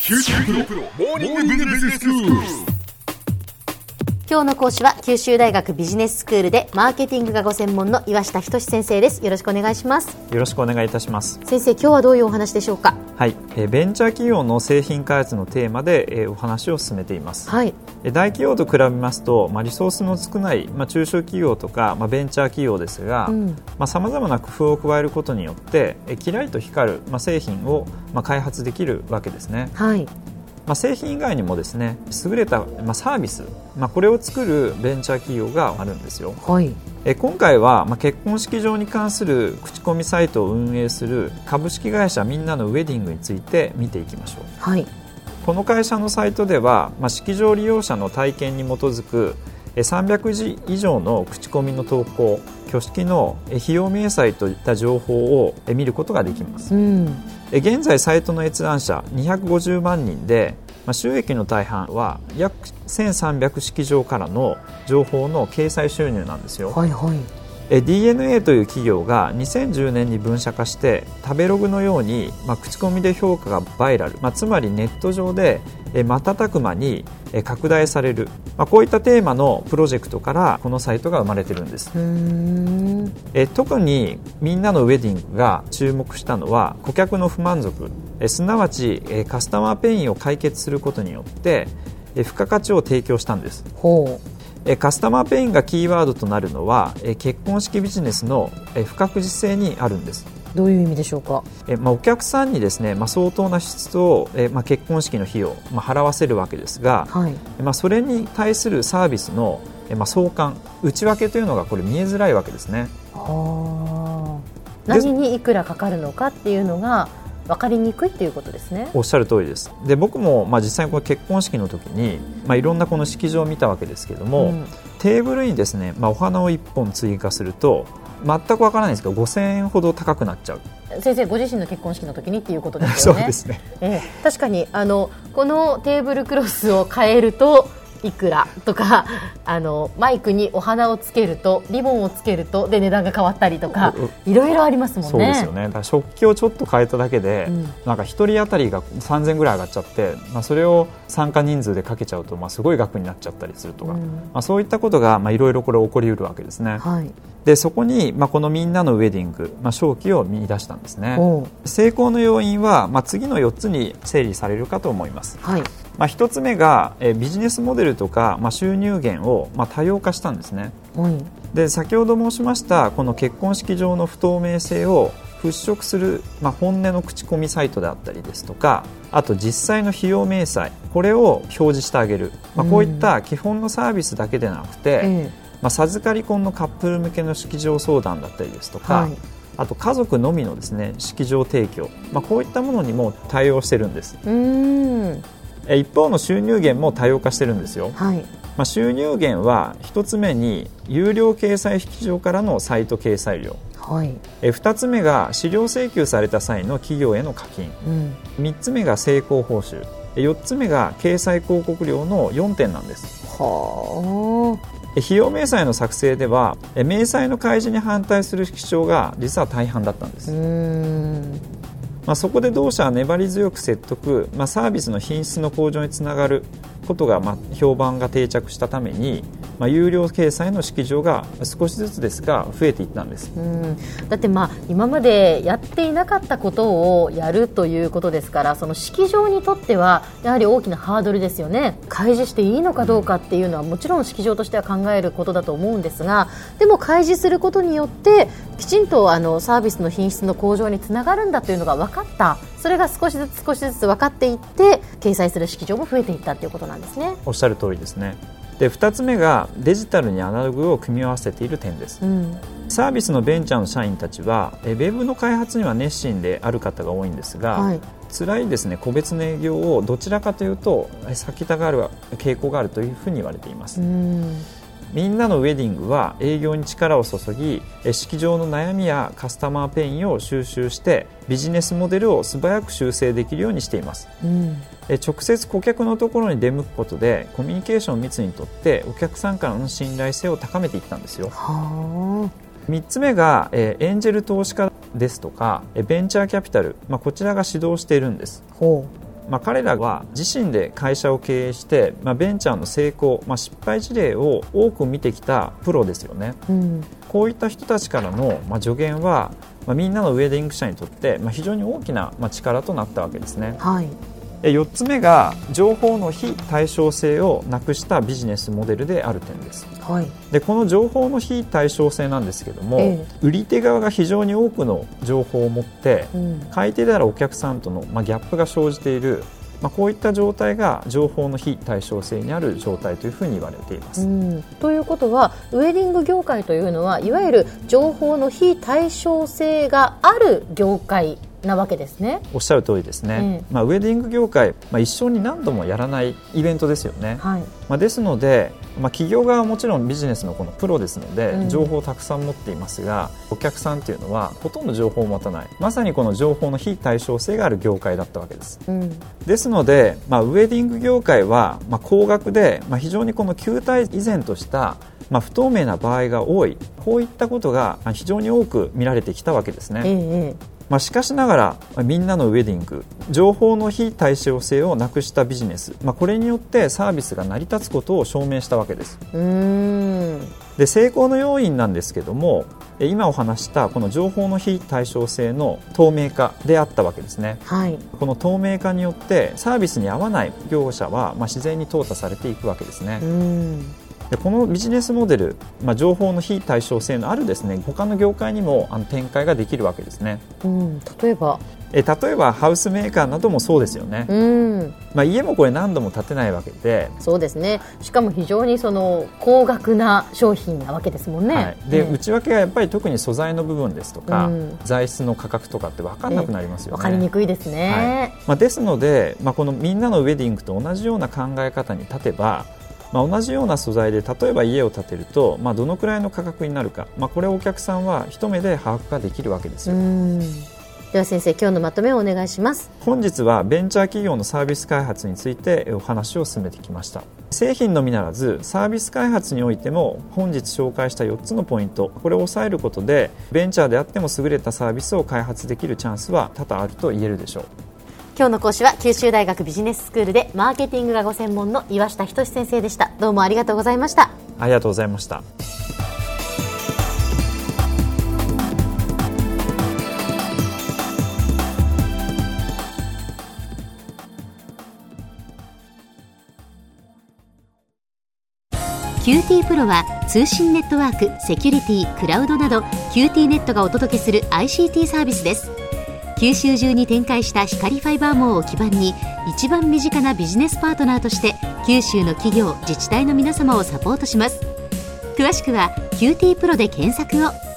九州大学モーニングビジネススクール。 今日の講師は九州大学ビジネススクールでマーケティングがご専門の岩下仁先生です。よろしくお願いします。 よろしくお願いいたします。 先生、今日はどういうお話でしょうか？ はい、ベンチャー企業の製品開発のテーマで、お話を進めています。 はい、 大企業と比べますと、リソースの少ない、中小企業とか、ベンチャー企業ですが、様々な工夫を加えることによってキラリと光る、製品を、開発できるわけですね。 はい、 製品以外にもですね、優れた、サービス、これを作るベンチャー企業があるんですよ。 はい、 今回は、結婚式場に関する口コミサイトを運営する株式会社みんなのウェディングについて見ていきましょう。 はい、 この会社のサイトでは、式場利用者の体験に基づく300字以上の口コミの投稿、挙式の費用明細といった情報を見ることができます。現在サイトの閲覧者250万人で、収益の大半は約1300式場からの情報の掲載収入なんですよ。 はいはい、 DNA という企業が2010年に分社化して食べログのように、口コミで評価がバイラル、つまりネット上で瞬く間に拡大される、こういったテーマのプロジェクトからこのサイトが生まれているんです。特にみんなのウェディングが注目したのは顧客の不満足、すなわちカスタマーペインを解決することによって付加価値を提供したんです。カスタマーペインがキーワードとなるのは結婚式ビジネスの不確実性にあるんです。 どういう意味でしょうか？ お客さんにですね、相当な支出を結婚式の費用、払わせるわけですが、 はい、 それに対するサービスの相関、内訳というのがこれ見えづらいわけですね。 何にいくらかかるのかっていうのが分かりにくいっていうことですね。 おっしゃる通りです。で、僕も実際にこの結婚式の時に、いろんなこの式場を見たわけですけども、テーブルにですね、お花を1本追加すると全くわからないんですけど5000円ほど高くなっちゃう。 先生ご自身の結婚式の時にっていうことですよね。 そうですね、 確かにこのテーブルクロスを変えるといくらとか、マイクにお花をつけるとリボンをつけるとで値段が変わったりとか、いろいろありますもんね。 そうですよね。だから食器をちょっと変えただけで、なんか1人当たりが3000ぐらい上がっちゃって、それを参加人数でかけちゃうと、すごい額になっちゃったりするとか、そういったことがいろいろこれ起こりうるわけですね。 はい、 でそこに、このみんなのウェディング、商機を見出したんですね。成功の要因は、次の4つに整理されるかと思います。 はい、 1つ目がビジネスモデルとか、収入源を多様化したんですね。で先ほど申しましたこの結婚式場の不透明性を払拭する、本音の口コミサイトであったりですとか、あと実際の費用明細、これを表示してあげる、こういった基本のサービスだけでなくて、授かり婚のカップル向けの式場相談だったりですとか、あと家族のみのですね式場提供、こういったものにも対応してるんです。一方の収入源も多様化してるんですよ。 はい、 収入源は一つ目に有料掲載式場からのサイト掲載料、二つ目が資料請求された際の企業への課金、三つ目が成功報酬、四つ目が掲載広告料の4点なんです。費用明細の作成では明細の開示に反対する式場が実は大半だったんです。そこで同社は粘り強く説得、サービスの品質の向上につながることが、評判が定着したために、有料掲載の式場が少しずつですが増えていったんです。 だって今までやっていなかったことをやるということですから、その式場にとってはやはり大きなハードルですよね。開示していいのかどうかっていうのはもちろん式場としては考えることだと思うんですが、でも開示することによってきちんとサービスの品質の向上につながるんだというのが分かった。それが少しずつ分かっていって掲載する式場も増えていったということなんですね。 おっしゃる通りですね。で2つ目がデジタルにアナログを組み合わせている点です。サービスのベンチャーの社員たちはウェブの開発には熱心である方が多いんですが、辛いですね個別の営業をどちらかというと避けたがる傾向があるというふうに言われています。みんなのウェディングは営業に力を注ぎ、式場の悩みやカスタマーペインを収集してビジネスモデルを素早く修正できるようにしています。直接顧客のところに出向くことでコミュニケーションを密にとってお客さんからの信頼性を高めていったんですよ。3つ目がエンジェル投資家ですとかベンチャーキャピタル、こちらが指導しているんです。 彼らは自身で会社を経営して、ベンチャーの成功、失敗事例を多く見てきたプロですよね、こういった人たちからの、助言は、みんなのウェディング社にとって、非常に大きな、力となったわけですね。4つ目が情報の非対称性をなくしたビジネスモデルである点です。でこの情報の非対称性なんですけども、売り手側が非常に多くの情報を持って、買い手であるお客さんとの、ギャップが生じている、こういった状態が情報の非対称性にある状態というふうに言われています。 ということはウェディング業界というのはいわゆる情報の非対称性がある業界なわけですね。 おっしゃる通りですね、ウェディング業界、一生に何度もやらないイベントですよね、ですので、企業側はもちろんビジネスのこのプロですので、情報をたくさん持っていますが、お客さんというのはほとんど情報を持たない、まさにこの情報の非対称性がある業界だったわけです、ですので、ウェディング業界は、高額で、非常にこの球体依然とした不透明な場合が多い、こういったことが非常に多く見られてきたわけですね、しかしながらみんなのウェディング、情報の非対称性をなくしたビジネス、これによってサービスが成り立つことを証明したわけです。で成功の要因なんですけども、今お話したこの情報の非対称性の透明化であったわけですね、この透明化によってサービスに合わない業者は自然に淘汰されていくわけですね。でこのビジネスモデル、情報の非対称性のあるですね、他の業界にも展開ができるわけですね。 例えばハウスメーカーなどもそうですよね、家もこれ何度も建てないわけで、 そうですね、しかも非常にその高額な商品なわけですもんね、 で内訳がやっぱり特に素材の部分ですとか、材質の価格とかって分かんなくなりますよね、 分かりにくいですね、 ですので、このみんなのウェディングと同じような考え方に立てば、同じような素材で例えば家を建てると、どのくらいの価格になるか、これをお客さんは一目で把握ができるわけですよ。 では先生、今日のまとめをお願いします。 本日はベンチャー企業のサービス開発についてお話を進めてきました。製品のみならずサービス開発においても本日紹介した4つのポイント、これを押さえることでベンチャーであっても優れたサービスを開発できるチャンスは多々あると言えるでしょう。 今日の講師は九州大学ビジネススクールでマーケティングがご専門の岩下仁先生でした。どうもありがとうございました。 ありがとうございました。 QT プロは通信ネットワーク、セキュリティ、クラウドなど QT ネットがお届けする ICT サービスです。九州中に展開した光ファイバー網を基盤に一番身近なビジネスパートナーとして九州の企業、自治体の皆様をサポートします。詳しくは QT プロで検索を。